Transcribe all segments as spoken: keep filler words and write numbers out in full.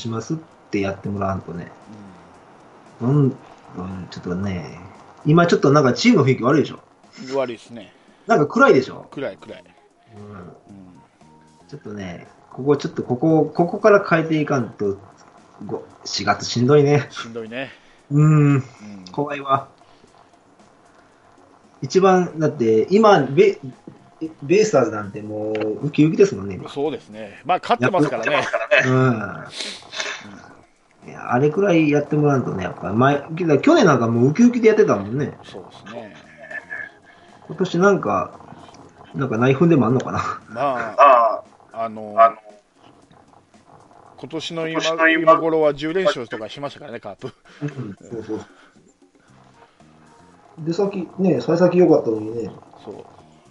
しますってやってもらわんとね。うん、うん、ちょっとね、今ちょっとなんかチームの雰囲気悪いでしょ。 悪いですね。 なんか暗いでしょ。 暗い暗い。 うん、 うん、 ちょっとね、ここちょっとここ、ここから変えていかんと、しがつしんどいね。 しんどいね。 うん、 うん、 怖いわ。一番、だって今ベ、ベイスターズなんてもうウキウキですもんね、今。 そうですね。まあ勝ってやっぱ、 ますからね。 うん。いやあれくらいやってもらうとね、やっぱ前、去年なんかもうウキウキでやってたもんね。 そうですね。 今年なんか、なんか内紛でもあんのかな。 まあああのあ、あの、 今年の今年今の今、 今頃はじゅう連勝とかしましたからね、カープ。 うん、そうそう。で、さっきね、幸先良かったのにね、 そう。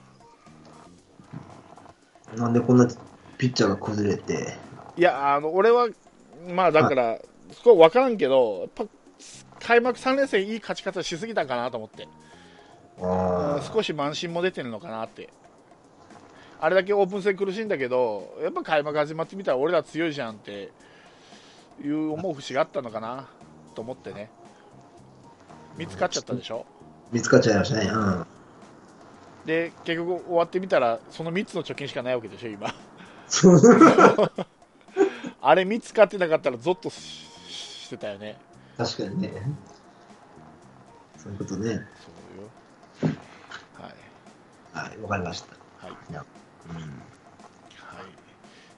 なんでこんなピッチャーが崩れて、 いや、あの俺はまあだはい、 からそこ分からんけど、やっぱ開幕さん連戦いい勝ち方しすぎたかなと思って、うん、 あ少し慢心も出てるのかなって。あれだけオープン戦苦しいんだけど、やっぱ開幕始まってみたら俺ら強いじゃんっていう思う節があったのかなと思ってね。見つかっちゃったでしょ。 見つかっちゃいましたね。 うん、 うん。 で結局終わってみたらそのみっつの貯金しかないわけでしょ今。 そう。 あれ見つかってなかったらゾッとしてたよね。 確かにね。そういうことね。 そうよ。はい。 はい、わかりました。 はい。 いや、うん。 はい、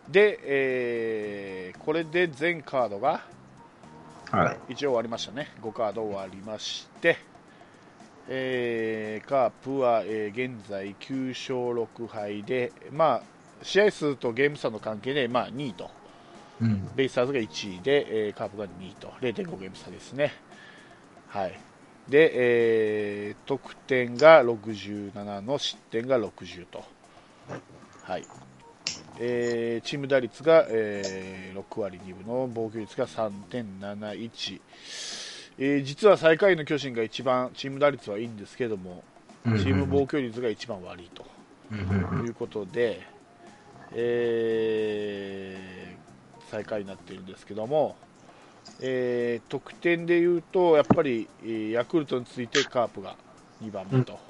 で、えーこれで全カードがはい。 一応終わりましたね。ごカード終わりまして、えーカープは、えー現在きゅう勝ろく敗で、まあ、試合数とゲーム差の関係で、まあ、にいと、 うん。 ベイスターズがいちいで、えーカープがにいと、れいてんごゲーム差ですね。はい。で、えー得点がろくじゅうななの失点がろくじゅうと。はい。えーチーム打率が、えーろく割にぶの防御率が さんてんなないち、えー実は最下位の巨人が一番チーム打率はいいんですけども、 うん。うん。 チーム防御率が一番悪いとうん。 いうことで、えー最下位になっているんですけども、えー得点でいうとやっぱり、えーヤクルトについてカープがにばんめうん。 と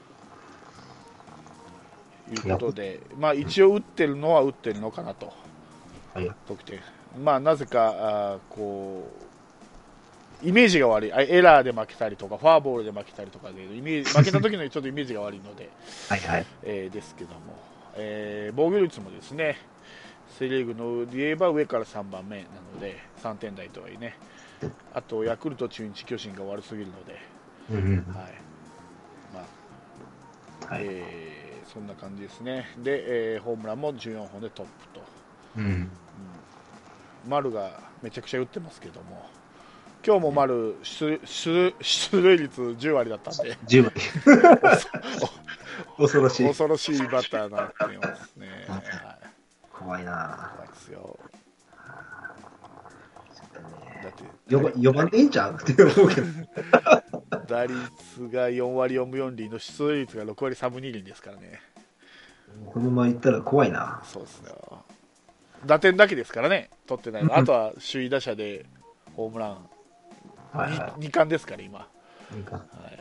いういや、 ことで、まあ、一応打ってるのは打ってるのかなと。 はい。 得点、まあ、なぜかあこうイメージが悪い、エラーで負けたりとかフォアボールで負けたりとかでイメージ負けた時のちょっとイメージが悪いので、 はいはい。 えーですけども、えー防御率もですね、セ・リーグので言えば上からさんばんめなのでさんてん台とはいえね、あとヤクルト、中日、巨人が悪すぎるので、 うん。 はいまあはい。 えーそんな感じですね。で、えーホームランもじゅうよんほんでトップと、 うん。 丸がめちゃくちゃ打ってますけども、今日も丸出出出塁率じゅう割だったんでじゅうまい。恐ろしい。 恐ろしいバッターになってますね。はい、 怖いな。 怖いですよ。だって打率よばよばんでいいんちゃうって思うけど。 打率がよん割よんぶよん厘の出塁率がろく割さんぶに厘ですからね。 このまま行ったら怖いな。 そうですね。打点だけですからね、取ってないの。あとは首位打者でホームランはいはに, に冠ですから今、はい。いいか。 い、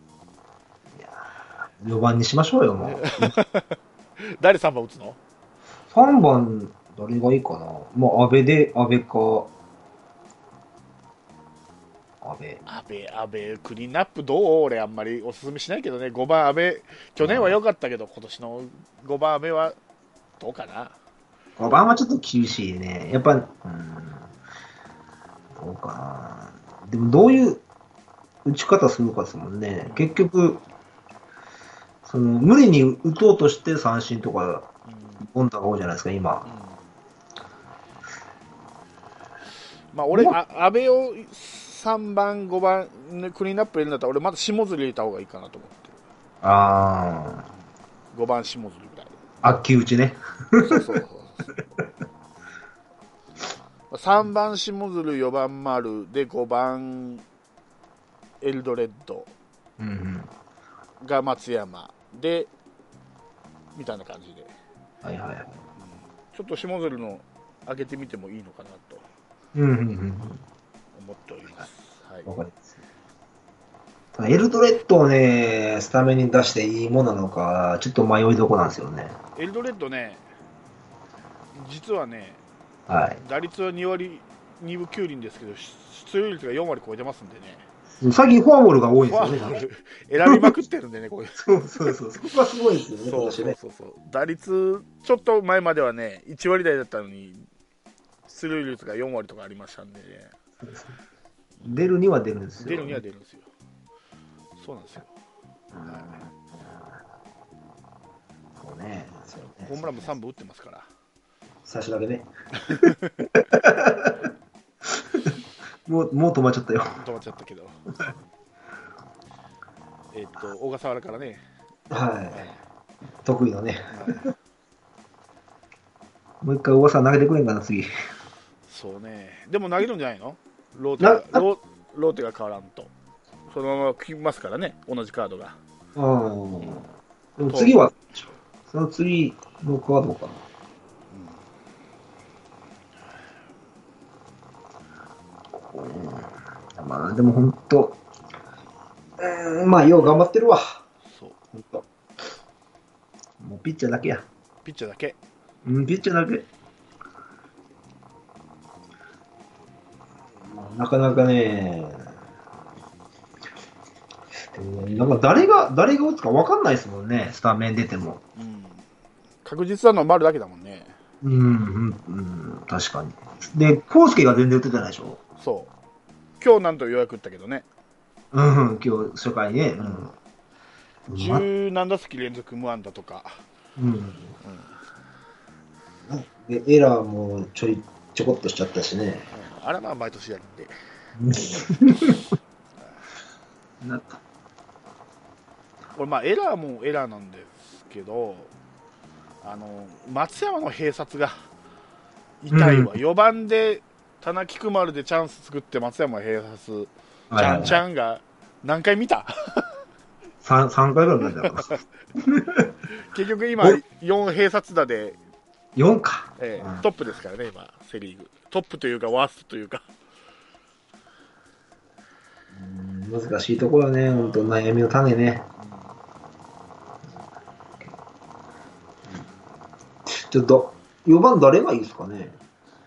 よばんにしましょうよ、もう。 誰さんばん打つの？ さんばん、誰がいいかな。もう、安倍で、安倍か、安倍。 阿部、阿部、クリーンナップどう？俺あんまりおすすめしないけどね。ごばん阿部、去年は良かったけど、今年のごばん阿部はどうかな。 ごばんはちょっと厳しいね。やっぱ、うん、どうかな。でも、どういう打ち方するかですもんね。結局、その、無理に打とうとして三振とか、 うん、 ボンタが多いじゃないですか、今。 うん、まあ俺、あ阿部をさんばん、ごばんクリーンナップ入れるんだったら、俺まだ下鶴入れた方がいいかなと思ってる。 あごばん下鶴ぐらい。 あ、あっき打ちね。 そうそうそう。さんばん下鶴、よばん丸でごばんエルドレッドうんうん。 が松山で、みたいな感じで。 はいはいはい。 ちょっと下鶴の上げてみてもいいのかなと。 うんうんうんうん。 思っております。はい。 わかります。ただエルドレッドをね、スタメンに出していいものなのか、ちょっと迷いどこなんですよね。 エルドレッドね、実はね、 はい。 打率はに割にぶきゅう厘ですけど、出塁率がよん割超えてますんでね、 最近フォアボールが多いんですよね、 フォアボなんか。 ール選びまくってるんでね、これ。 そうそうそう。そこがすごいですよね、今そう年ね。 そうそうそう。打率、ちょっと前まではね、いち割台だったのに、出塁率がよん割とかありましたんでね、 出るには出るんですよ。 出るには出るんですよ。そうなんですよ。はい、 そうね。そうね。 ホームランもさんぼん打ってますから。 最初だけね。もう、もう止まっちゃったよ。 止まっちゃったけど。えっと、小笠原からね。 はい。 はい。 得意のね。 はい、 もう一回大さん投げてくれんかな、次。 そうね。でも投げるんじゃないの？ローテな、 が、 な、 ローローテが変わらんと。そのまま来ますからね、同じカードが。 うん。でもと、 次は、その次のカードかな。うん、まあ、でも本当、うん、まあ、よう頑張ってるわ。 そう。 本当。もうピッチャーだけや。 ピッチャーだけ。 うん、ピッチャーだけ。まあなかなかね、うんなんか誰が、誰が打つか分かんないですもんね、スタメン出ても。 うん。確実なのは丸だけだもんね。 うん、うん、うん、確かに。で、コウスケが全然打ってたでしょ。 そう。今日なんと予約打ったけどね。 うん、今日、初回ね。うん。ま、 十何打席連続無安打とか。 うん。で、エラーもちょい、ちょこっとしちゃったしね。 うん、あれはまあ毎年やるんで。 なんか、 これまあエラーもエラーなんですけど、あの松山の併殺が痛いわ。 うん。 よばんで田中菊丸でチャンス作って松山併殺、ちゃんちはいはいはい。 ゃんが何回見た？ さん、三回ぐらいなんだから。 結局今お、 よん併殺打で、 よんか。 えートップですからね、今セ・リーグトップというかワーストというか。 うん、難しいところね、本当悩みの種ね。ちょっと、よばん誰がいいですかね。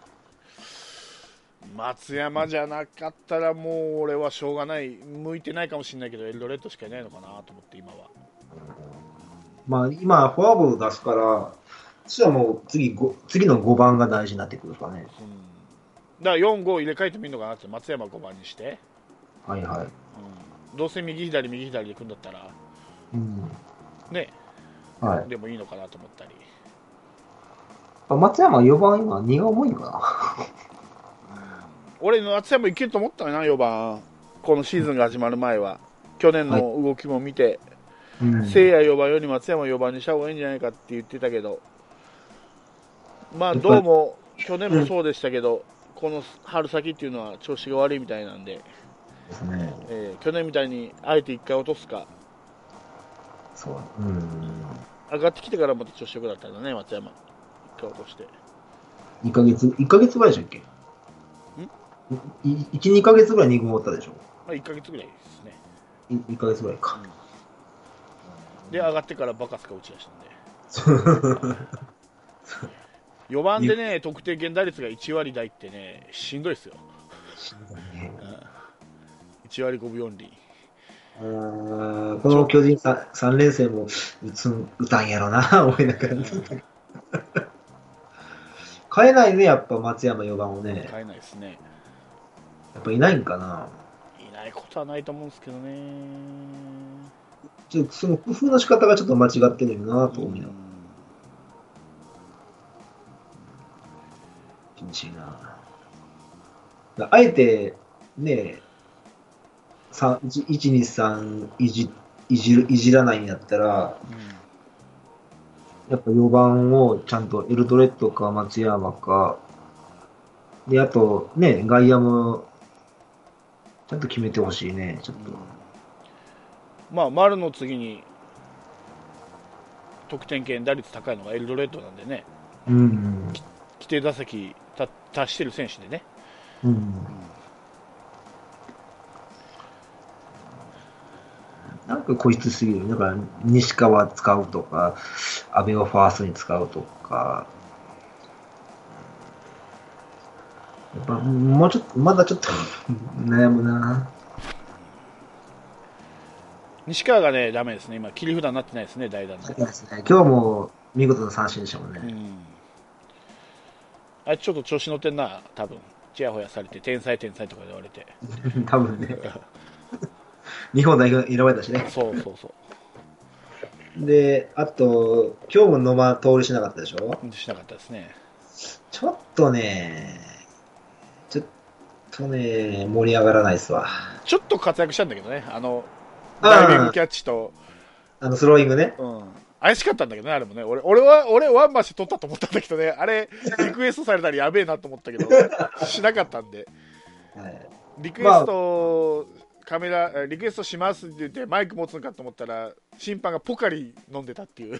松山じゃなかったらもう俺はしょうがない、向いてないかもしれないけどエルドレッドしかいないのかなと思って今は。 まあ、今、フォアボール出すから、そしたらもう次ご、次のごばんが大事になってくるかね。 うん、だからよんご入れ替えてもいいのかなって、松山ごばんにして、 はいはい。 うん、どうせ右左右左で組んだったらうん。 ね、 はい。 でもいいのかなと思ったり。 松山よばん今、荷が重いのか俺の松山いけると思ったよな、よばん。このシーズンが始まる前は去年な。はい。 の動きも見て、 うん。 聖夜よばんより松山よばんにした方がいいんじゃないかって言ってたけど、まあやっぱり、 どうも去年うん。 もそうでしたけど、この春先っていうのは調子が悪いみたいなんで、 ですね。 えー去年みたいにあえていっかい落とすか、 そう。うん。 上がってきてからまた調子よくなったんだね、松山。いっかい落として。 にかげつ、いっかげつぐらいでしたっけ？ んいいち、にかげつぐらいに軍を追ったでしょ？ まあ、いっかげつぐらいですね。 いいっかげつぐらいか。 で、上がってからバカスカ打ち出したんで。 そう。 よばんでね、得点圏打率がいち割台ってね、しんどいですよ。 しんどいね。 いち割ごぶよん厘。 あーこちょ、 の巨人さん、三連戦も打つん、打たんやろな、思いながら。 うん、 変えないね、やっぱ松山よばんをね。 変えないですね。 やっぱいないんかな。 いないことはないと思うんですけどね。 ちょっとその工夫の仕方がちょっと間違ってるよな、 うん。 と思いながら。厳しいな。あえて、ね、さん いち、に、さんいじ、いじる、いじらないんやったら、やっぱよばんをちゃんとエルドレッドか松山か、で、あとね、外野もちゃんと決めてほしいね、ちょっと。 うん。まあ、丸の次に得点圏打率高いのがエルドレッドなんでね、 うん。 規定打席た達してる選手でね、 うん。 うんなんか固執すぎる。だから、西川使うとか、安倍をファーストに使うとか、やっぱ、もうちょっと、まだちょっと悩むな。 西川がね、ダメですね、今、切り札になってないですね、代打の。 そうですね。今日も見事な三振でしたもんね。 うん、あれちょっと調子乗ってんな、多分ちやほやされて、天才、天才とか言われて、 多分ね。日本代表選ばれたしね。 そうそうそで、あと、今日も野間通りしなかったでしょ？ う、しなかったですね。 ちょっとね、ちょっとね、盛り上がらないっすわ。 ちょっと活躍したんだけどね、あのダイビングあキャッチと、 あ、あの、スローイングね。 うん、怪しかったんだけどね、あれもね、俺俺は俺ワンマンして取ったと思ったんだけどね、あれ、リクエストされたらやべえなと思ったけど、しなかったんで、 はい。 リクエスまあ、 ト、カメラ、リクエストしますって言って、マイク持つのかと思ったら、審判がポカリ飲んでたっていう、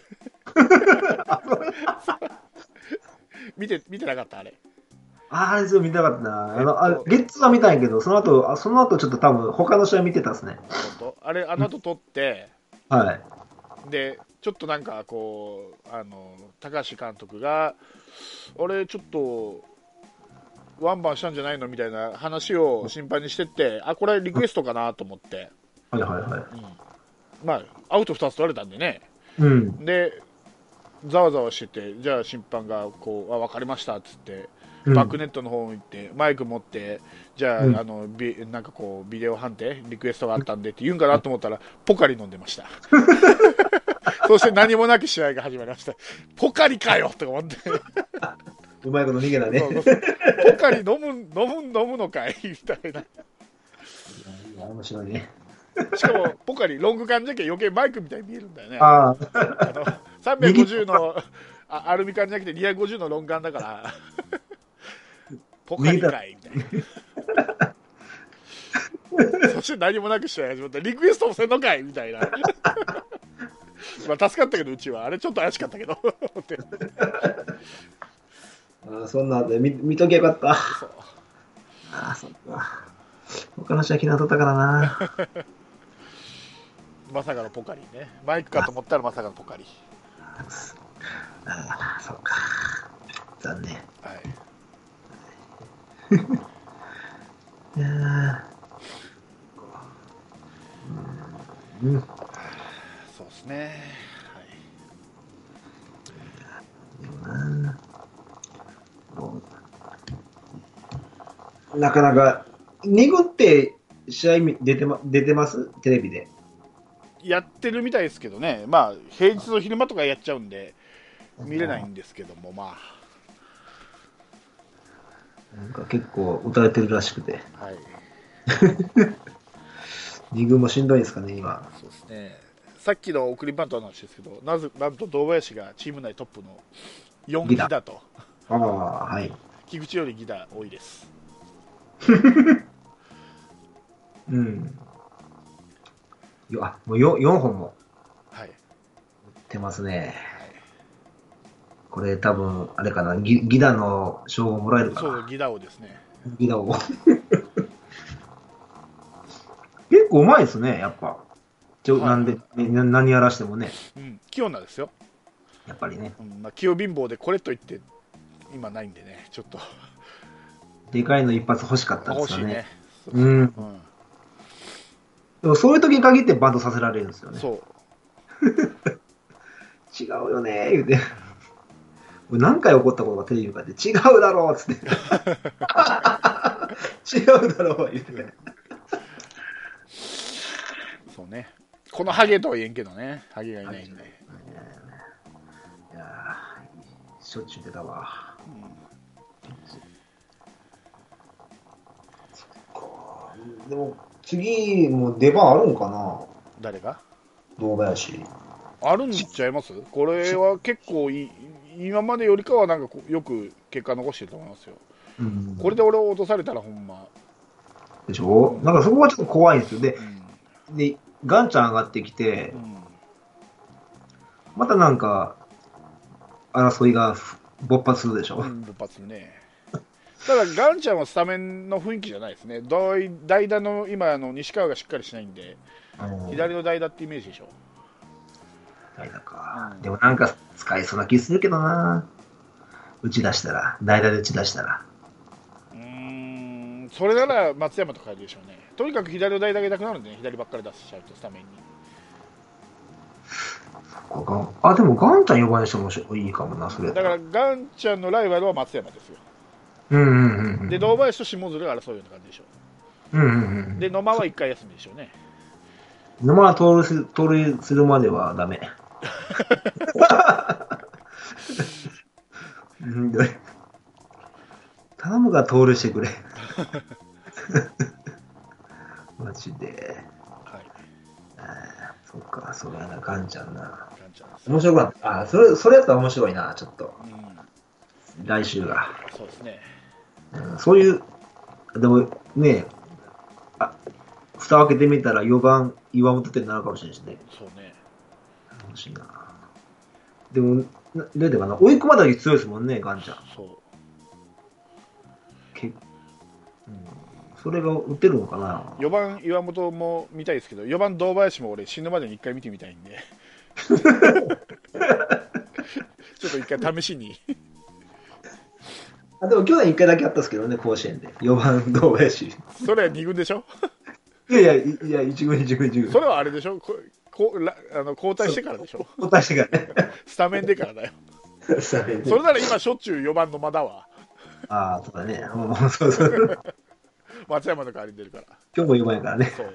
見て見てなかった、あれ。 ああれ、ちょっと見たかったな。あの、あえっと、 ゲッツは見たんやけど、その後、あその後ちょっと多分他の試合見てたっすね。 本当あれ、あの後取って、 はい。 で、ちょっとなんかこう、あの高橋監督が、あれ、ちょっと、ワンバンしたんじゃないのみたいな話を審判にしてって、あ、これリクエストかなと思って、 はいはいはい。 うん、まあ、アウトふたつ取られたんでね、 うん。 で、ざわざわしてて、じゃあ審判がこう、あ、分かりましたっつって、 うん。 バックネットの方に行って、マイク持って、じゃうん。 あ、あのビなんかこうビデオ判定、リクエストがあったんでって言うんかなと思ったら、ポカリ飲んでました。そして何もなく試合が始まりました。ポカリかよとか思って、 うまいこと逃げたね。 そうそうポカリ飲む、飲む、飲むのかいみたいな。 いや、面白いね。 しかも、ポカリ、ロング缶じゃけ余計マイクみたいに見えるんだよね、あれ。 ああ、 あの右、 さんびゃくごじゅうのあアルミ缶じゃなくてにひゃくごじゅうのロング缶だから、ポカリ右だ。 かいみたいな。そして何もなく試合始まった。リクエストもせんのかいみたいな。まあ助かったけど、うちは。あれちょっと怪しかったけど。 ああ、そんなんで見、見ときゃよかった。 そうああ、そっか。他の試合昨日取ったからな。 まさかのポカリね。マイクかと思ったらまさかのポカリ。 ああ、そっか。残念。 はい。 いやーうん。 そうですね。 なかなか、に軍って試合見出てま、出てますテレビで。 はい、やってるみたいですけどね。まあ、平日の昼間とかやっちゃうんで、見れないんですけども、まなんか結構打たれてるらしくて。 あ。はい。 に軍もしんどいんですかね、今。 そうですね。さっきの送りバントの話ですけど、なぜなんと堂林がチーム内トップのよんギタギだと、 ー。ああ、はい。 菊池よりギダ多いです。 うん。よあ、もう よん, よんほんもはい。 打ってますね。これ多分、あれかな、ギギダの称号もらえるかそう、 な。 ギダ王ですね。 ギダを。結構うまいですね、やっぱ。ちょ、 はい。 なんで、ねな何やらしてもね。 うん、器用なんですよ。 やっぱりね。 うんまあ、器用貧乏でこれといって今ないんでね、ちょっとでかいの一発欲しかったんですよね。 欲しいね。そうそう。 うん。 うん。 でもそういう時に限ってバントさせられるんですよね。 そう。 違うよねー、言うて。何回起こったことがテレビに向かって違うだろうっつって。違うだろう言うて。 そうね。このハゲとは言えんけどね。ハゲがいないんで。 いやーしょっちゅう出たわ。でも次も出番あるんかな、 誰が堂林。 あるんちゃいます？これは結構い今までよりかはなんかこうよく結果残してると思いますよ。 うん、 これで俺を落とされたらほんま。 でしょ、なんかそこがちょっと怖いんですよ。で、 うん。 でガンちゃん上がってきて、 うん。 またなんか争いが勃発するでしょ。 うん、勃発ね。 ただ、ガンちゃんはスタメンの雰囲気じゃないですね、代代打の今あの、西川がしっかりしないんで、左の代打ってイメージでしょ。 代打か、 うん、 でもなんか使いそうな気するけどな、打ち出したら、代打で打ち出したら。 うーん、それなら松山とかでしょうね。とにかく左の代打がいなくなるんでね、左ばっかり出しちゃうと、スタメンに。 あ、でもガンちゃんよばんにしてもいいかもな、それ。 だから、ガンちゃんのライバルは松山ですよ。 うんうんうんうん。 で、堂林と下鶴が争うような感じでしょう。うんうんうん。 で、野間はいっかい休みでしょうね。 野間は盗塁する盗塁するまではダメ。うん頼むが盗塁してくれ。マジで。 はい。 そっか、それやな、ガンちゃんな。 ガンちゃんです。 面白かった。あ、それ、それやったら面白いな、ちょっと。 うん、 来週が。 そうですね。 うん、そういう、でもね、あ、蓋を開けてみたらよばん岩本ってなるかもしれないしね。 そうね。 欲しいな。でも、な出てかな、追い込まだけ強いですもんね、ガンちゃん。 そう。 け、うん、それが打てるのかな。 よばん岩本も見たいですけど、よばん堂林も俺死ぬまでにいっかい見てみたいんでちょっといっかい試しにあ、でも去年いっかいだけあったんですけどね、甲子園で。よばん堂林。 それはに軍でしょいやいや、いいや、いち軍、いち軍、いち軍。 それはあれでしょここらあの交代してからでしょ交代してからね。 スタメンでからだよ。 スタメンでそれなら今しょっちゅうよばんの間だわ。 ああ、そうだね。もうそうそう。 松山の代わりに出るから。 今日もよばんやからね。 そう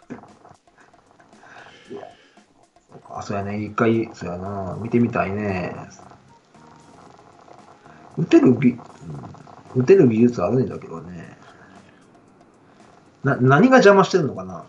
あ、そうやね。一回、そうやな。見てみたいね。打てる技、打てる技術あるんだけどね。な、何が邪魔してるのかな。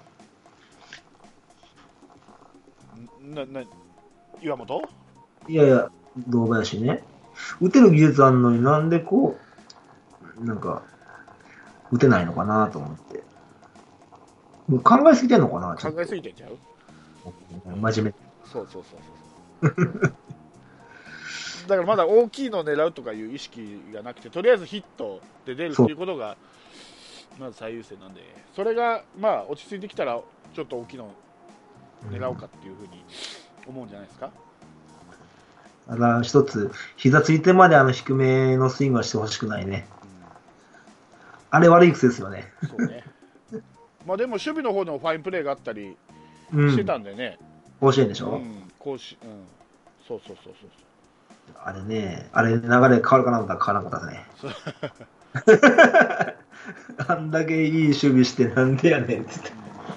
なな岩本いやいや、堂林ね。打てる技術あるのになんでこう、なんか、打てないのかなと思って。もう考えすぎてんのかな、ちょっと。 考えすぎてんちゃう。 真面そうそうそうそうだからまだ大きいのを狙うとかいう意識がなくて、とりあえずヒットで出るっていうことがまず最優先なんで、それがまあ落ち着いてきたらちょっと大きいのを狙おうかっていうふうに思うんじゃないですか。 ただ一つ、膝ついてまであの低めのスイングはしてほしくないね。あれ悪い癖ですよね。 そうね。まあでも守備の方でもファインプレーがあったりうん。 してたんでね。 甲子園でしょ、 うん、こうし、うん、そうそうそうそうあれね、あれ流れ変わるかなと思ったら変わらなかったですね。あんだけいい守備してなんでやねんって言って。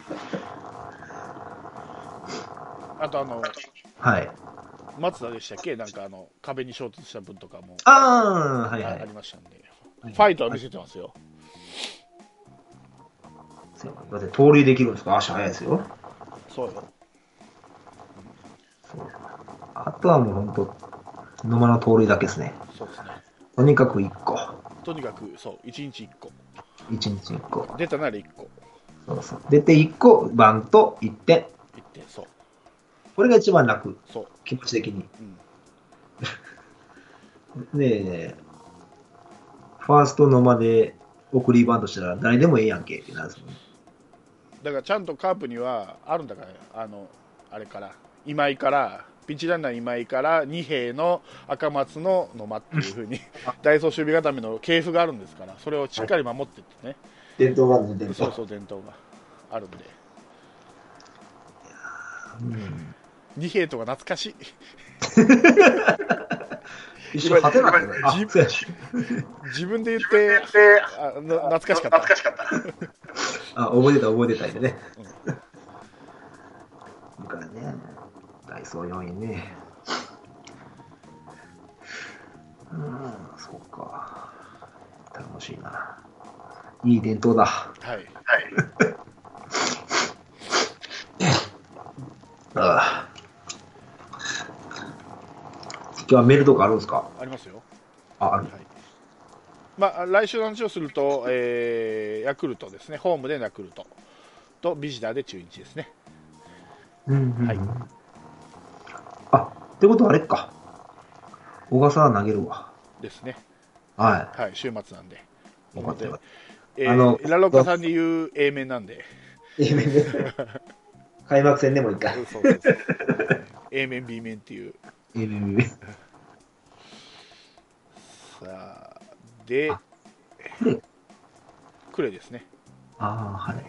あとあのはい。 松田でしたっけ、なんかあの壁に衝突した分とかもああ、はいはああい。 りましたんで、 はいファイトは見せてますよ。 だって盗塁できるんですか、足速いですよ。 そうよ。 そう。あとはもう本当、野間の盗塁だけですね。 そうですね。 とにかくいっこ。 とにかくそういちにちいっこいちにちいっこ。 出たならいっこそうそう。出ていっこ、バント、いってん。 いってん、そうこれが一番楽。 そう、 気持ち的に。 うん、 ねえ、ファーストの間で送りバントしたら誰でもええやんけってなるんですもんね。 だからちゃんとカープにはあるんだから、あのあれから今井からピンチランナー今井から二兵の赤松の野間っていうふうに大走守備固めの系譜があるんですから、それをしっかり守ってってね、 伝統があるんで、伝統。 そうそう伝統があるんで、 うん、 二兵とか懐かしい。 一緒に勝てなかったね。あ、そうや。 自分で言ってあの懐かしかった。懐かしかった。 あ、覚えてた覚えてたんでね。だからね、ダイソーよんいね。うん、そうか。楽しいな。いい伝統だ。 はい。はい。 ああ。今日はメールとかあるんですか？ ありますよ。 あ、ある。 はい、まあ、来週の話をすると、えー、ヤクルトですね、ホームでヤクルトとビジターで中日ですね。 うんうんうん、 はい、 あ、ってことはあれか。小笠原投げるわ。 ですね。 はい。 はい、週末なんで。 思ってます。 えー、 あのラロッカさんに言う A 面なんで。 A 面で開幕戦でもいいか。 そうそうそうそう。A 面 B 面っていう。 A 面 B 面。 さあであクレクレですね。 ああ、はい。 はい、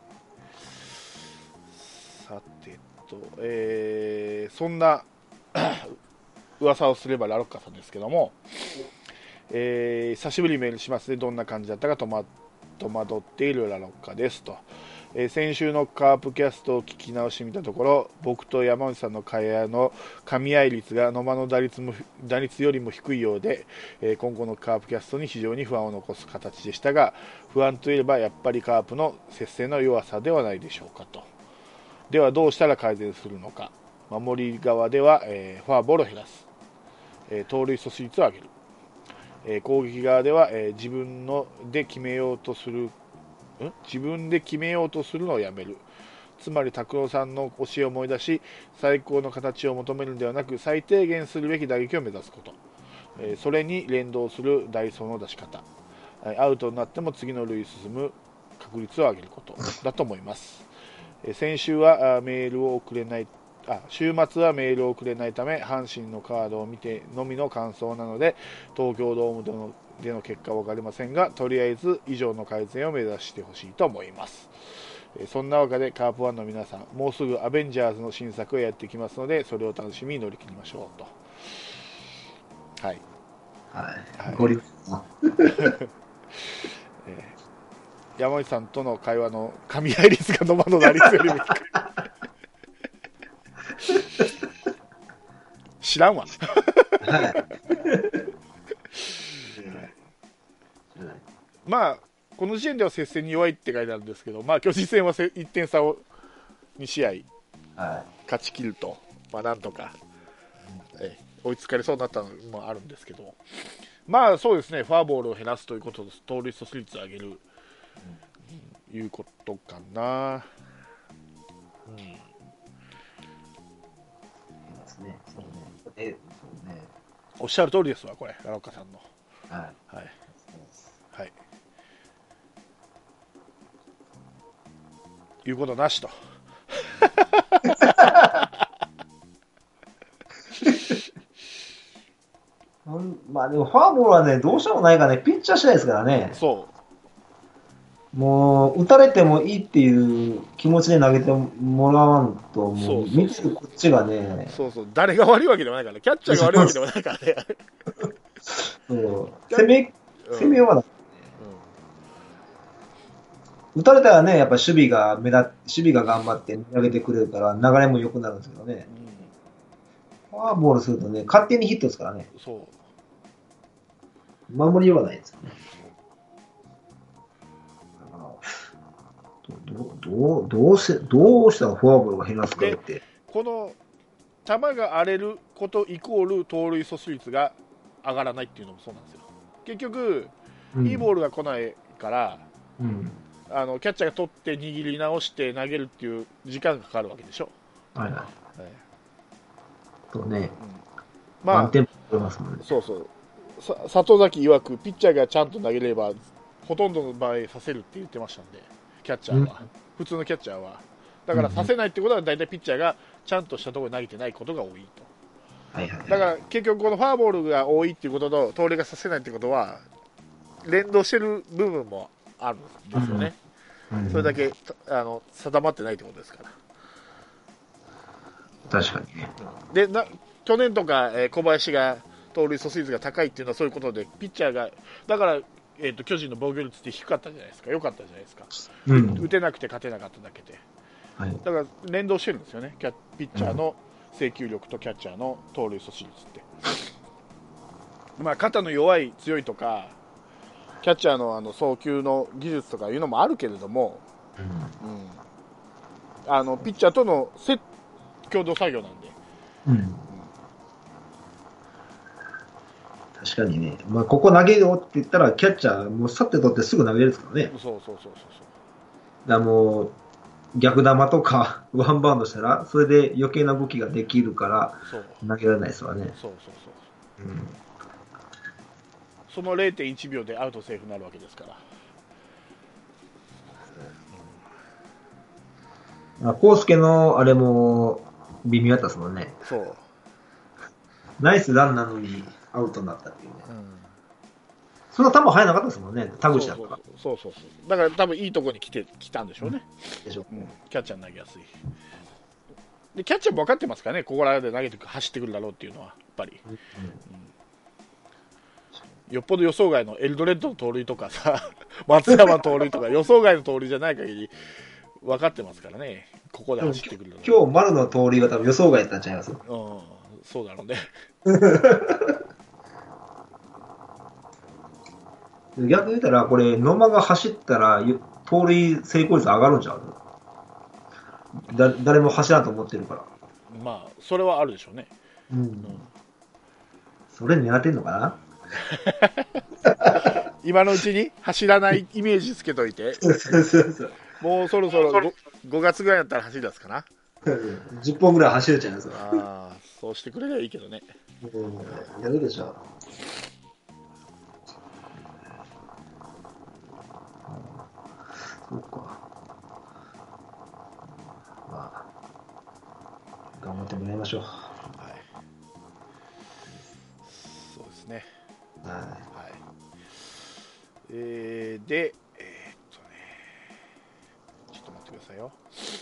さてと、えー、そんな噂をすればラロッカさんですけども、えー久しぶりにメールしますね。どんな感じだったかとま戸惑っているラロッカですと、えー先週のカープキャストを聞き直してみたところ、僕と山内さんの会話の噛み合い率が野間の打率も打率よりも低いようで、えー今後のカープキャストに非常に不安を残す形でしたが、不安といえばやっぱりカープの接戦の弱さではないでしょうかと。ではどうしたら改善するのか。守り側では、えーフォアボールを減らす、えー盗塁阻止率を上げる、えー攻撃側では、えー自分ので決めようとするん自分で決めようとするのをやめる。つまり拓郎さんの教えを思い出し、最高の形を求めるのではなく、最低限するべき打撃を目指すこと、えーそれに連動するダイソーの出し方、えーアウトになっても次の塁進む確率を上げることだと思います。えー先週はあメールを送れないあ週末はメールを送れないため、阪神のカードを見てのみの感想なので、東京ドームでのでの結果は分かりませんが、とりあえず以上の改善を目指してほしいと思います。えーそんなわけでカープワンの皆さん、もうすぐアベンジャーズの新作をやってきますので、それを楽しみに乗り切りましょうと。はい、 はい。 はいゴリえー山内さんとの会話の噛み合い率が野間の打率よりも低い知らんわはい。 まあこの時点では接戦に弱いって書いてあるんですけど、まあ巨人戦はせいってん差をに試合は勝ち切ると、まあなんとか、え追いつかれそうになったのもあるんですけど、まあそうですね、フォアボールを減らすということと盗塁阻止率を上げる、うん、いうことかな。うん、 いますね。そうね。え、そうね。 おっしゃる通りですわ、これ、ラロッカさんの。 はい。 はい。はい。いうことなしと。 うんまあでもフォアボールはね、どうしようもないからね、ピッチャー次第ですからね。 そもう、打たれてもいいっていう気持ちで投げてもらわんと、もそうう、 そうそう見てるこっちがね、 そうそう、誰が悪いわけでもないから、キャッチャーが悪いわけでもないからね。 そう攻め、 うん攻めようがない。打たれたらね、やっぱ守備が目立守備が頑張って投げてくれるから、流れも良くなるんですけどね。フォアボールするとね、勝手にヒットですからね。 うん、そう。 守りようがないですよね。だからどどうどうせどうしたらフォアボールが減らすかって。 この球が荒れることイコール盗塁阻止率が上がらないっていうのもそうなんですよ。結局、うん、いいボールが来ないから、うん、あのキャッチャーが取って握り直して投げるっていう時間がかかるわけでしょ。はいはい。はい、 そうね。うん、 まあ、そうそう。里崎曰くピッチャーがちゃんと投げればほとんどの場合させるって言ってましたんで、キャッチャーは、うん、普通のキャッチャーはだからさせないってことは大体ピッチャーがちゃんとしたところに投げてないことが多いと、はいはいはい、だから結局このフォアボールが多いっていうことと盗塁がさせないってことは連動してる部分もあるんですよね、うんうん、それだけあの定まってないってことですから。 確かにね。 でな去年とか、えー、小林が盗塁阻止率が高いっていうのはそういうことで、ピッチャーがだから、えーと、巨人の防御率って低かったじゃないですか、良かったじゃないですか、うん、打てなくて勝てなかっただけで、はい、だから連動してるんですよね、キャピッチャーの制球力とキャッチャーの盗塁阻止率って、まあ、肩の弱い強いとかキャッチャーの、あの送球の技術とかいうのもあるけれども、うんうん、あのピッチャーとの共同作業なんで、うんうん、 確かにね、まあ、ここ投げようって言ったらキャッチャーもうさって取ってすぐ投げれるんですからね。 そうそうそうそうそう。 だからもう逆球とかワンバウンドしたらそれで余計な動きができるから投げられないですわね。 そうそうそう、うん、 その れいてんいちびょうでアウトセーフになるわけですから。 康介のあれも微妙だったですもんね。 そう。 ナイスランなのにアウトになったっていうね。 うん、 そんな球速なかったですもんね、田口だったか。 そうそうそうそう。だから多分いいところに来て来たんでしょうね。 でしょう、 うん。キャッチャーに投げやすい。でキャッチャーも分かってますからね、ここらで投げて走ってくるだろうっていうのはやっぱり。うんうん、よっぽど予想外のエルドレッドの盗塁とかさ、松山の盗塁とか予想外の盗塁じゃない限り分かってますからね、ここで走ってくるの。 今日丸の盗塁が多分予想外やったんちゃいます？うん、 そうだろうね。 逆に言ったら、これ、野間が走ったら、盗塁成功率上がるんちゃう？だ誰も走らんと思ってるから。 まあ、それはあるでしょうね。 うん。うん、それ狙ってんのかな？ 今のうちに走らないイメージつけといて。そうそうそう、もうそろそろ 5, ごがつぐらいだったら走り出すかな。 じゅっぽんぐらい走れちゃいます。 ああ、そうしてくれりゃいいけどね。 うん、やるでしょ。そうか。まあ、頑張ってもらいましょう。はい。 そうですね。 はい。はい、 えー、で、えー、っとね、ちょっと待ってくださいよ。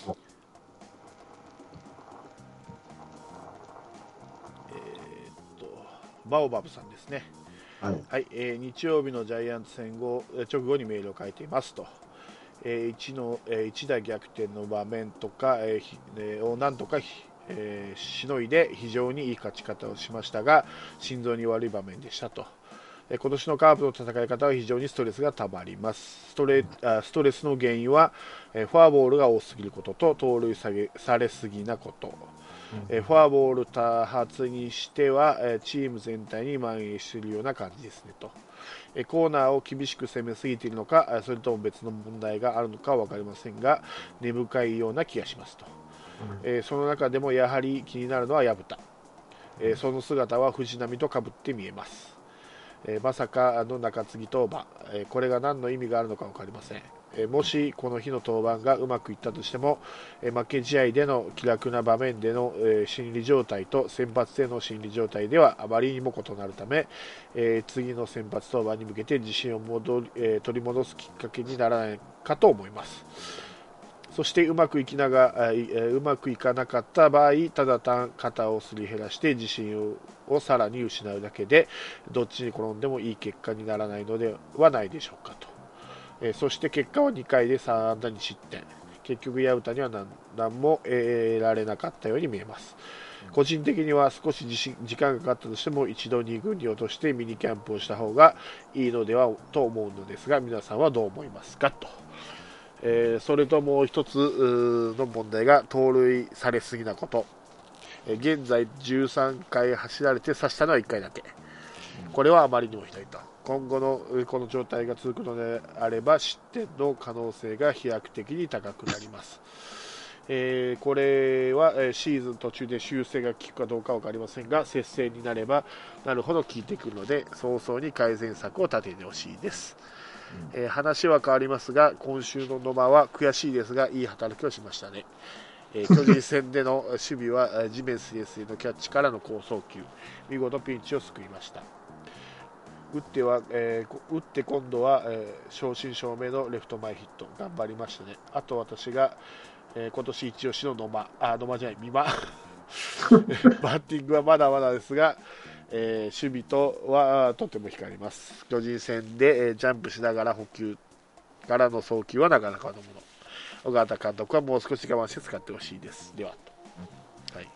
えー、っと、バオバブさんですね。はい、はい、えー、日曜日のジャイアンツ戦後直後にメールを書いていますと、えー、1, の、えー、いち打逆転の場面とか、えーえー、を何とか、えー、しのいで非常にいい勝ち方をしましたが心臓に悪い場面でしたと、えー、今年のカープの戦い方は非常にストレスがたまります。ストレ、あストレスの原因は、えー、フォアボールが多すぎることと盗塁さげされすぎなこと、えー、フォアボール多発にしては、えー、チーム全体に蔓延しているような感じですねと、えー、コーナーを厳しく攻めすぎているのかそれとも別の問題があるのかは分かりませんが根深いような気がしますと、えー、その中でもやはり気になるのは薮田、えー、その姿は藤浪とかぶって見えます。えー、まさかの中継ぎ登板、えー、これが何の意味があるのか分かりません。えー、もしこの日の登板がうまくいったとしても、えー、負け試合での気楽な場面での、えー、心理状態と先発での心理状態ではあまりにも異なるため、えー、次の先発登板に向けて自信を戻り、えー、取り戻すきっかけにならないかと思います。そしてうまくいきなが、うまくいかなかった場合、ただ単肩をすり減らして自信ををさらに失うだけでどっちに転んでもいい結果にならないのではないでしょうかと、えー、そして結果はにかいでさん安打に失点、結局矢歌には 何, 何も得られなかったように見えます。個人的には少し時間がかかったとしても一度に軍に落としてミニキャンプをした方がいいのではと思うのですが皆さんはどう思いますかと、えー、それともう一つの問題が盗塁されすぎなこと。現在じゅうさんかい走られて刺したのはいっかいだけ、これはあまりにもひどいと。今後のこの状態が続くのであれば失点の可能性が飛躍的に高くなります。えー、これはシーズン途中で修正が効くかどうか分かりませんが接戦になればなるほど効いてくるので早々に改善策を立ててほしいです。うん、えー、話は変わりますが今週の野間は悔しいですがいい働きをしましたね。えー、巨人戦での守備は地面すれすれのキャッチからの好送球、見事ピンチを救いました。打っては、えー、打って今度は、えー、正真正銘のレフト前ヒット、頑張りましたね。あと私が、えー、今年一押しの野間、あ野間じゃない美馬バッティングはまだまだですが、えー、守備とはとても光ります。巨人戦で、えー、ジャンプしながら補給からの送球はなかなかのもの。小川田監督はもう少し我慢して使ってほしいです。ではと、はい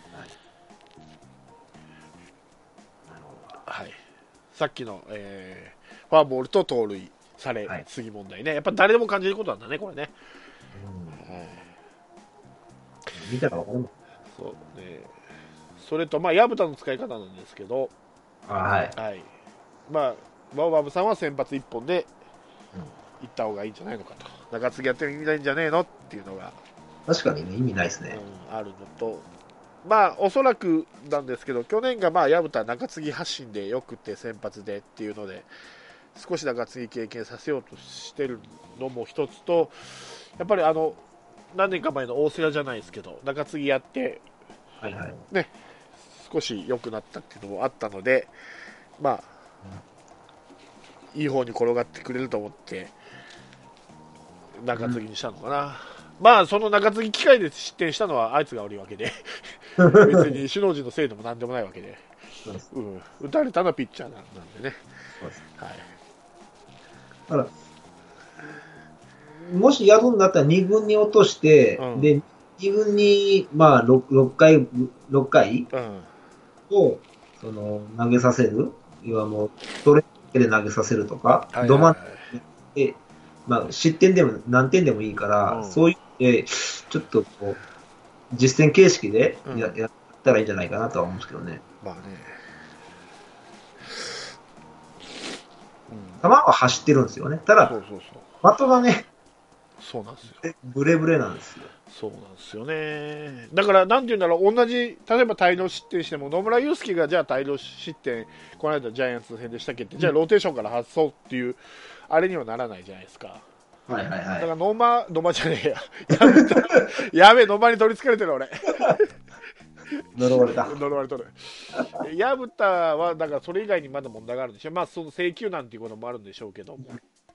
はい、さっきの、えー、フォアボールと盗塁され、はい、次問題ね、やっぱ誰でも感じることなんだねこれね。うん、はい、 見たら分かるもん。 そうね。それとまあ薮田の使い方なんですけど、 はい、 はい、まあバオバブさんは先発いっぽんで行った方がいいんじゃないのかと、中継ぎやっても意味ないんじゃねえのっていうのが確かにね意味ないですね、 うん、あるのと、 まあおそらくなんですけど、去年がまあ薮田中継ぎ発進でよくて先発でっていうので、少し中継ぎ経験させようとしてるのも一つと、やっぱりあの何年か前の大瀬良じゃないですけど、中継ぎやって、 はいはい。 ね、少し良くなったっていうのもあったので、まあ、いい方に転がってくれると思って、中継ぎにしたのかな。うん、まあ、その中継ぎ機会で失点したのはあいつが悪いわけで、別に首脳陣のせいでもなんでもないわけで、うん、打たれたのはピッチャーなんでね。はい、 だからもしやるんだったらに軍に落として、うん、でに軍に、まあ、6, 6回、ろっかいを、その投げさせる、要はもう、ストレートで投げさせるとか、ど真ん中で、まあ、失点でも何点でもいいから、うん、そういう、えちょっとこう、実戦形式で や,、うん、やったらいいんじゃないかなとは思うんですけどね。まあね。球は走ってるんですよね。ただ、そうそうそう的がね、 そうなんですよ。 ブレブレなんですよ。 そうなんですよね。だから、なんていうんだろう、同じ、例えば大量失点しても、野村祐介がじゃあ大量失点、この間ジャイアンツ戦でしたっけって、じゃあローテーションから発そうっていう、あれにはならないじゃないですか。 はいはいはい。だから野間、野間じゃねえや。やべえ、野間に取りつかれてる俺。 呪われた。 呪われとる。薮田は、だからそれ以外にまだ問題があるんでしょう。まあ、その請求なんていうこともあるんでしょうけども。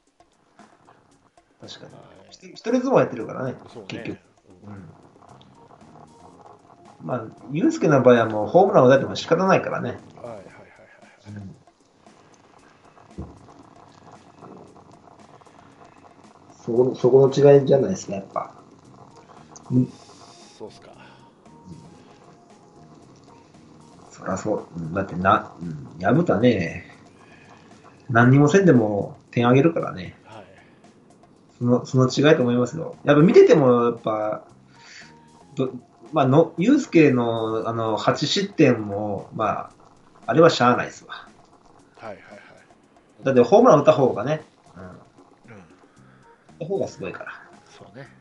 確かに。一人相撲やってるからね、そうね結局。うん、まあ、ユースケの場合はもうホームランを打っても仕方ないからね。はいはいはいはい。うんそこそこの違いじゃないですか、やっぱ。 うん、そうっすか。 そりゃそう。だってな、やぶたね、何にもせんでも点あげるからね。はい。その、その違いと思いますよ。やっぱ見てても、やっぱ、どまあの、ユースケの、あの、はち失点も、まあ、あれはしゃあないですわ。はいはいはい。だってホームラン打った方がね、うん。の方がすごいから。そうね。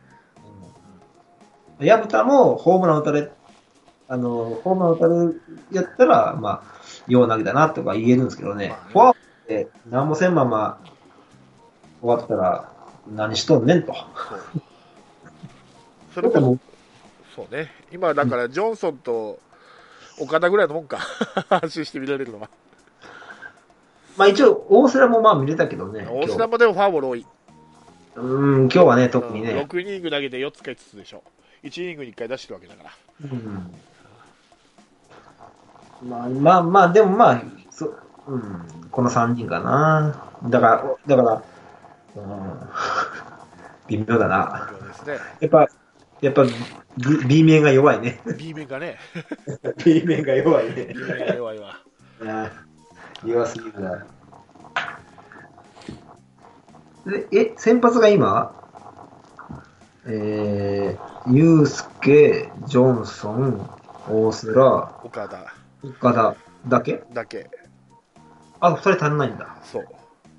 薮田もホームラン打たれ、あの、ホームラン打たれるやったら、まあ、よう投げだなとか言えるんですけどね、まあ、ねフォアで何もせんまま終わったら、何しとんねんと。 それも、そうね。今、だから、ジョンソンと岡田ぐらいのもんか。安心して見られるのは。 まあ一応、大瀬良もまあ見れたけどね。 大瀬良もでもフォアボール多い。 うん、今日はね、特にね。 ろくイニング投げてよっつかいつつでしょ。いちイニングにいっかい出してるわけだから。 うん、まあまあまあ、でもまあ、そうん、このさんにんかな。だから、だから、うん、微妙だな。微妙ですね。やっぱ、やっぱ B, B 面が弱いね。 B 面がね。 B 面が弱いね。 B 面が弱いわ。 弱すぎるな。でえ、先発が今、えー、ユースケ、ジョンソン、大瀬良、 岡田。 岡田だけだけ。 あ、ふたり足んないんだ。 そう。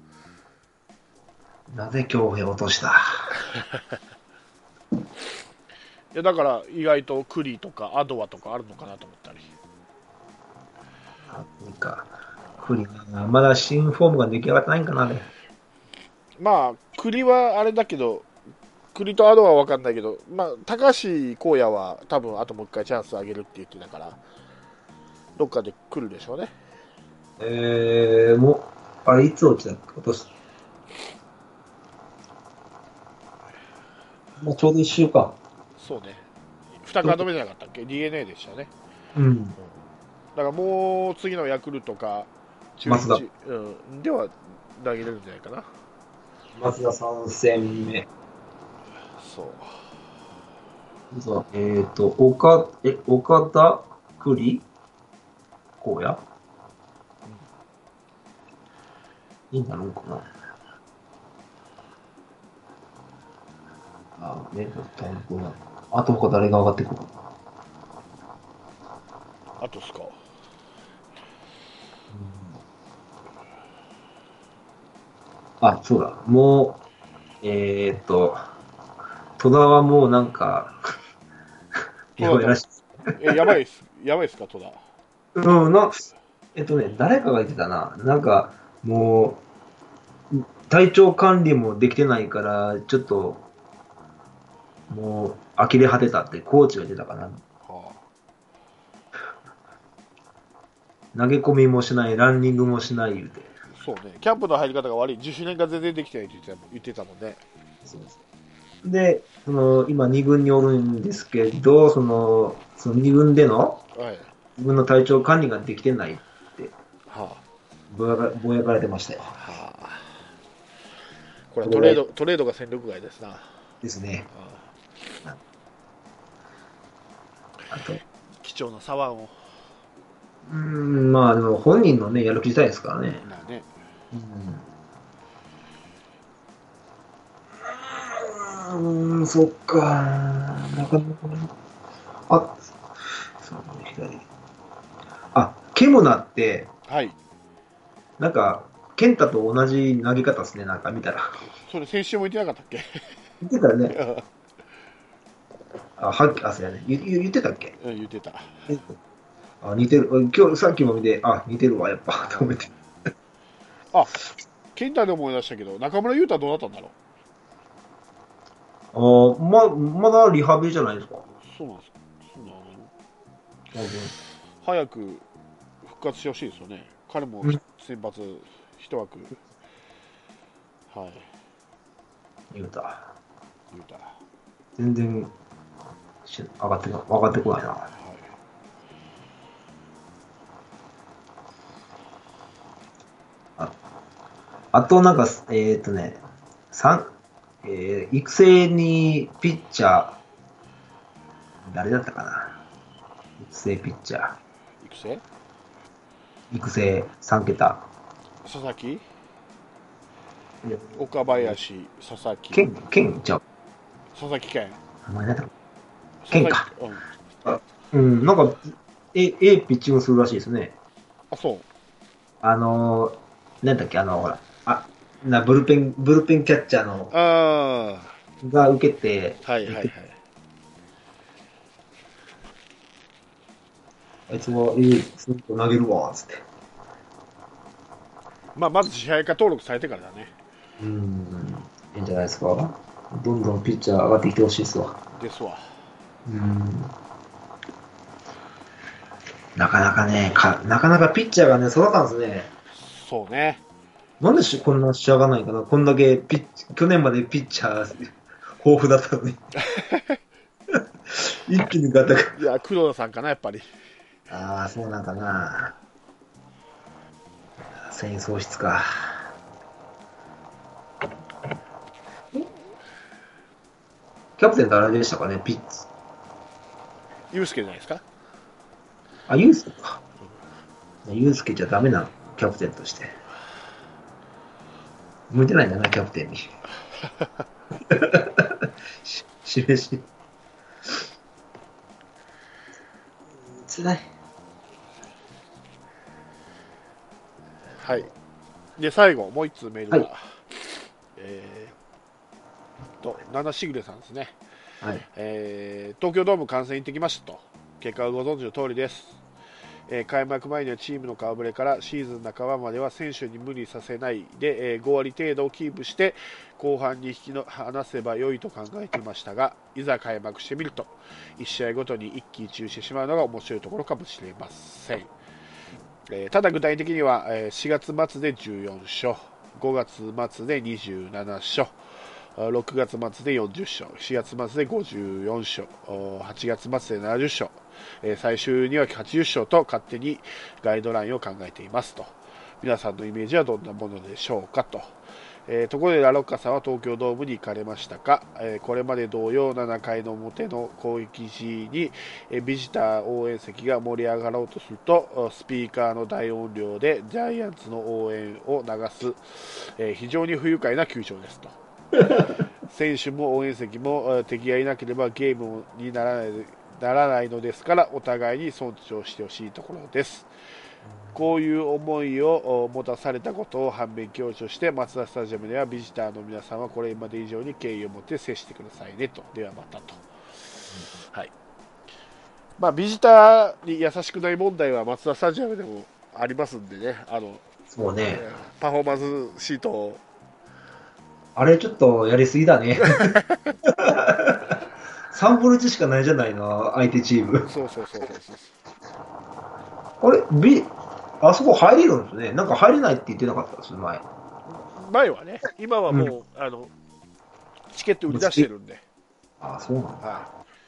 なぜ京平落としたいやだから意外とクリとかアドワとかあるのかなと思ったり。 あ、いいか。クリな。まだ新フォームが出来上がってないんかな、ね。 まあ、クリはあれだけど、クリとアドは分かんないけど、まあ、高橋光也は多分あともう一回チャンスあげるって言ってたから、どっかで来るでしょうね。 えー、もう、あれ、いつ落ちたっけ、今年。まあ、ちょうど一週か。 そうね。にカード目じゃなかったっけ ?ディーエヌエー でしたね。 うん。うん、 だからもう次のヤクルトか、 中日、 うん、では投げれるんじゃないかな。 松田さん戦目。 そう。 そう、えっ、ー、と、岡、え、岡田、栗、荒野、うん、になるのかな。あ、ね、だいぶあと他誰が上がってくるかな。 あとっすか。 うん、あ、そうだ。もう、えっ、ー、と、戸田はもうなんか、やばいらしい。 え、やばいです、やばいですか、戸田。 うん、な、えっとね、誰かが言ってたな。なんか、もう、体調管理もできてないから、ちょっと、もう、呆れ果てたって、コーチが言ってたかな。 は投げ込みもしない、ランニングもしない言うて。 あ、そうね、キャンプの入り方が悪い、じゅっしゅうねんが全然できてないって言ってたもん言ってたもんね。 そうです。で、その、今に軍におるんですけど、その、そのに軍でのはい。 自分の体調管理ができてないって、 はぼやかぼやかれてましたよ。 あ、はあ、これはこれはトレード、トレードが戦力外ですな。あですね。 あ、 ああと、 貴重な左腕を。 うーん、まあでも本人のね、やる気自体ですからね。 まあね。 うん、うーん、そっか。なかなか。あ、そうね、左。あ、ケムナって、 はい。 なんか、ケンタと同じ投げ方ですね、なんか見たら。 それ先週も言ってなかったっけ？ 言ってたよね。あ、はっき、あ、そうやね。言、言言ってたっけ？ うん、言ってた。 あ、似てる。今日、さっきも見て、あ、似てるわ、やっぱ、と思って。 あ、ケンタで思い出したけど、中村優太はどうなったんだろあー、ま、まだリハビリじゃないですか。 う。そうなんですか。そうなの。 多分。 早く復活してほしいですよね。彼もうん、 先発一枠。はい。 言うた。 優太。は全然し上がってこ、上がってこないな。あ、あと、なんか、えっとね、三、えー育成にピッチャー、誰だったかな。育成ピッチャー。 い。育成育成さん桁。 佐々木、 え岡林、佐々木、 ケン、ケンちゃう。 佐々木健。 名前なんだろう。ケ佐々木、 ンか。 うん。 あ、うん、なんか、え、ええピッチングするらしいですね。 あ、そう。 あのー、なんだっけ、あの、ほら、あ、な、ブルペン、ブルペンキャッチャーの、 あが受けて、 あ、はいはいはい。 えっと、あいつは、えー、すぐ投げるわ、つって。 まあ、まず支配下登録されてからだね。 うん、いいんじゃないですか。どんどんピッチャー上がってきてほしいですわ。 ですわ。 うん。なかなかね、か、なかなかピッチャーがね、育たんですね。 そうね。 なんでしこんな仕上がらないかな。こんだけピッチ、去年までピッチャー豊富だったのに。一気にガタが。 いや、黒田さんかな、やっぱり。 ああ、そうなんかな。戦争室か。キャプテン誰でしたかね、ピッツ。 ユースケじゃないですか。 あ、ユースケか。ユースケじゃダメな、キャプテンとして。向いてないんだな、キャプテンに。し、示し。つらい。 はい。で、最後、もう一通メールが。 はい。 えー、と、七しぐれさんですね。 はい。 えー東京ドーム観戦行ってきましたと。結果はご存知の通りです。えー開幕前にはチームの顔ぶれからシーズン半ばまでは選手に無理させないで、えーご割程度をキープして後半に引きの離せば良いと考えていましたが、いざ開幕してみるといち試合ごとに一喜一憂してしまうのが面白いところかもしれません。えーただ具体的には、えーしがつ末でじゅうよん勝、ごがつ末でにじゅうなな勝、ろくがつ末でよんじゅっ勝、しがつ末でごじゅうよん勝、はちがつ末でななじゅっ勝、えー最終にははちじゅっ勝と勝手にガイドラインを考えていますと。皆さんのイメージはどんなものでしょうかと。えーところでラロッカさんは東京ドームに行かれましたか？えーこれまで同様ななかいの表の攻撃時に、えービジター応援席が盛り上がろうとするとスピーカーの大音量でジャイアンツの応援を流す、えー非常に不愉快な球場ですと。選手も応援席も敵がいなければゲームにならないならないのですから、お互いに尊重してほしいところです。こういう思いを持たされたことを反面強調して、マツダスタジアムではビジターの皆さんはこれまで以上に敬意を持って接してくださいねと。ではまたと。はい。 まあ、ビジターに優しくない問題はマツダスタジアムでもありますんでね、あのそうね。 パフォーマンスシートをあれちょっとやりすぎだね。サンプル値しかないじゃないの、相手チーム。 そうそうそうそうそうあれ、ビ、あそこ入れるんですね。なんか入れないって言ってなかったです、前。 前はね、今はもう、 うん、 あのチケット売り出してるんで、 あ、そうなんだ。 は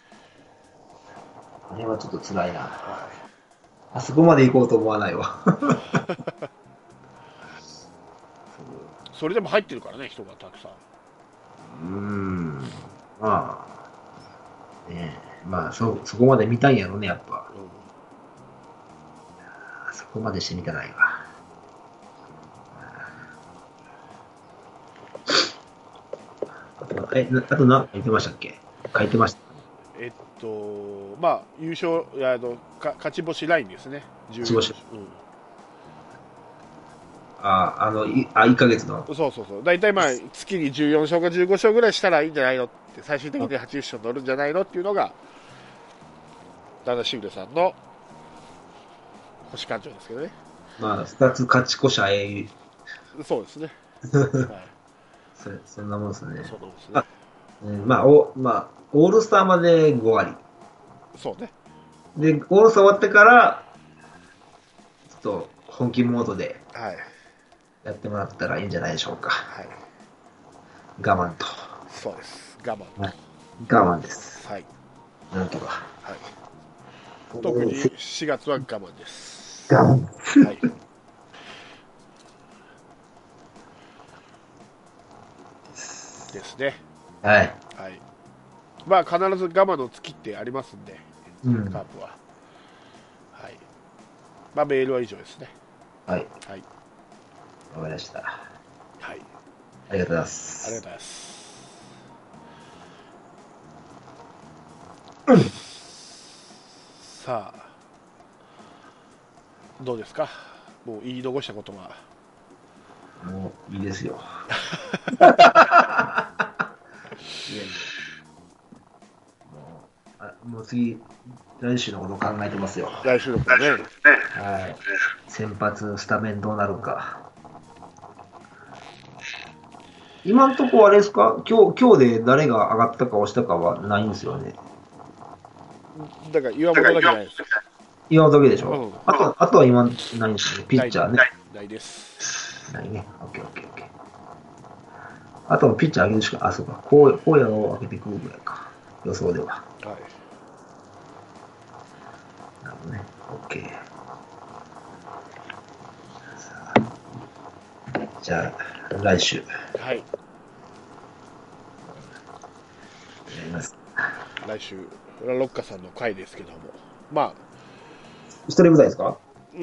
あれはちょっと辛いな。 いはあそこまで行こうと思わないわ。 い、それでも入ってるからね、人がたくさん。 うーん。まあ、ねえ、まあ、そ、そこまで見たいんやろね、やっぱ。 うん、 そこまでしてみたないわ。あと、え、なあと何か言ってましたっけ？書いてました。 えっと、まあ、優勝、いやあのか勝ち星ラインですね、じゅうよん、 勝ち星あ、あの、い、あ、いっかげつの。 うん、そうそうそう、大体まあ月にじゅうよん勝かじゅうご勝ぐらいしたらいいんじゃないのって、最終的にはちじゅっ勝乗るんじゃないのっていうのが、旦那シグレさんの星勘定ですけどね。 まあ、二つ勝ち越しゃええ。 そうですね。はい。 そそんなもんですね。 そうですね。 あ、うん、まあ、お、まあ、オールスターまでご割。 そうね。 で、オールスター終わってから、ちょっと本気モードではい。 やってもらったらいいんじゃないでしょうか。 はい。 我慢と。 そうです。我慢はい、 と。 我慢です。 はい。 なんとか。 はい。特にしがつは我慢です。 我慢。 はい。ですね。 はい。 はい。まあ必ず我慢の月ってありますんで、 うん。 カープは。はい。まあメールは以上ですね。 はい。 はい。 わかりました。 はい。 ありがとうございまありがとうごす。 ざいます。 うん。 さあ、どうですか？もう言い残したことは。 もういいですよ。いやいや。もう、あ、もう次、来週のこと考えてますよ。 来週のことね。 はい。先発、スタメンどうなるか。今んとこあれですか？今日、今日で誰が上がったか押したかはないんですよね。 だから岩本だけじゃないです。 今だけでしょ？ うん。 あと、あとは今ないんですよね。ピッチャーね。 ないです。 ないね。オッケーオッケーオッケー。あとはピッチャー上げるしか、あ、そうか。こう、荒野を上げてくるぐらいか。予想では。 はい。 なるほどね。オッケー。じゃあ、来週。 はい。 やります。 来週、ラロッカさんの回ですけども。まあ、 一人舞台ですか？ うん、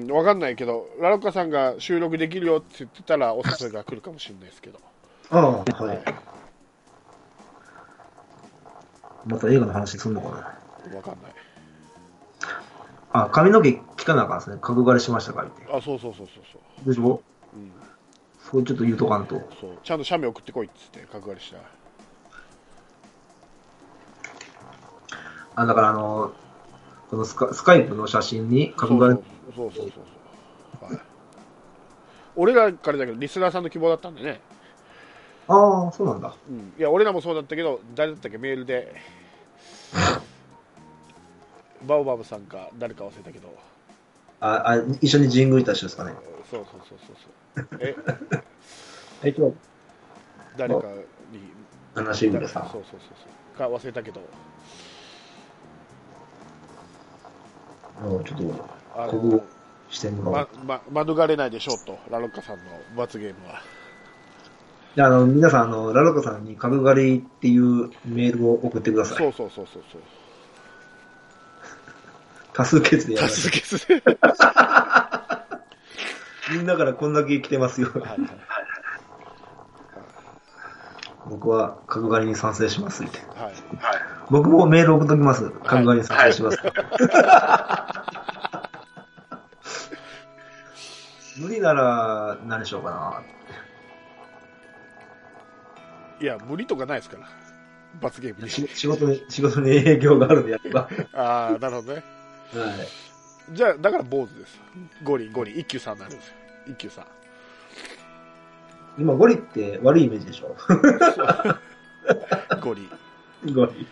わかんないけど、ラロッカさんが収録できるよって言ってたら、お誘いが来るかもしれないですけど。 ああ、はい。 はい。 また映画の話すんのかな？ わかんない。 あ、髪の毛切かなあかんですね。角刈りしましたかって。 あ、そうそうそうそうそう。 でしょ？ うん。 それちょっと言うとかんと。 そう。ちゃんと写メ送ってこいっつって、角刈りした。 あ、だからあの、このスカスカイプの写真に角刈り。 そうそうそうそうそうそう。はい。俺らからだけど、リスナーさんの希望だったんでね。 ああ、そうなんだ。 うん。いや、俺らもそうだったけど、誰だったっけ、メールで。バオバブさんか誰か忘れたけど。 あ、あ、一緒に神宮行った人ですかね。 そうそうそうそうそう。え、 え、今日、 誰かに。 話しぐれさん。 そうそうそうそう。か忘れたけど。 もうちょっと、 あのここしてもらおう。 ま、ま、免れないでしょうと、ラロッカさんの罰ゲームは。 であの、皆さん、あの、ラロカさんに角刈りっていうメールを送ってください。 そうそうそうそうそう。 多数決でや多る。 数決で。 みんなからこんだけ来てますよ。 はいはい。 僕は角刈りに賛成しますって。 はい。 僕もメール送っときます。角刈りに賛成します。無理なら何でしょうかな。 いや、無理とかないですから。 罰ゲームに。 仕事に、仕事に営業があるんでやれば。 ああ、なるほどね。 はい。 じゃあ、だから坊主です。ゴリ、ゴリ、一休さんになるんですよ。一休さん。 今、ゴリって悪いイメージでしょ。 ゴリ。 ゴリ。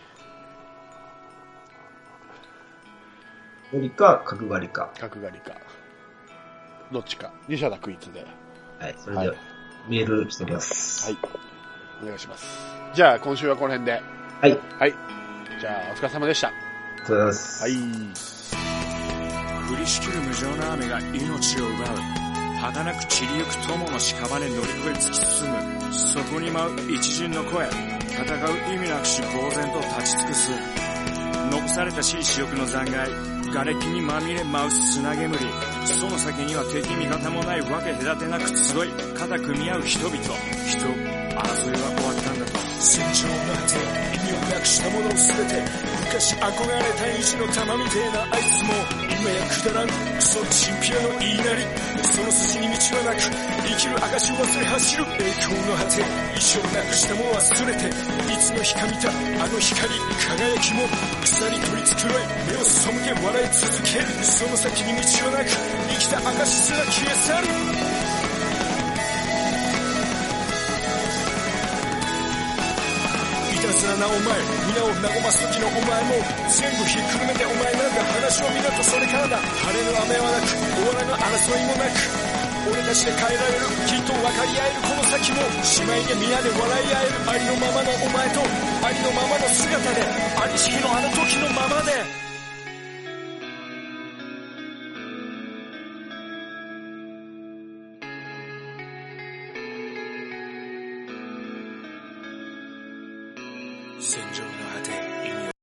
ゴリか、角刈りか。 角刈りか。どっちか。二者択一で。 はい、それでは、メールしておきます。 はい。お願いします。じゃあ、今週はこの辺で。 はい。 はい。じゃあ、お疲れ様でした。 ありがとうございます。 はい。 降りしきる無情な雨が命を奪う。儚く散りゆく友の屍乗り越え突き進む。そこに舞う一陣の声。戦う意味なくし呆然と立ち尽くす。残されたしい死翼の残骸。瓦礫にまみれ舞う砂煙。その先には敵味方もないわけ隔てなく集い肩組み合う人々。人、争いは終わったんだと。戦場の果て、意味をなくしたものすべて。昔憧れた意地の玉みてえなあいつも今やくだらんクソチンピラの言いなり。その筋に道はなく生きる証を忘れ走る栄光の果て。意志をなくしたも忘れていつの日か見たあの光輝きも草に取り繕い目を背け笑い続ける。その先に道はなく生きた証すら消え去る。いたずらなお前皆を和ます時のお前も全部ひっくるめてお前なんだ。話を見ろとそれからだ。晴れの雨はなく終わらぬ争いもなく俺たちで変えられるきっと分かり合えるこの先も姉妹で皆で笑い合えるありのままのお前とありのままの姿でありしきのあの時のままで。戦場の果て意味を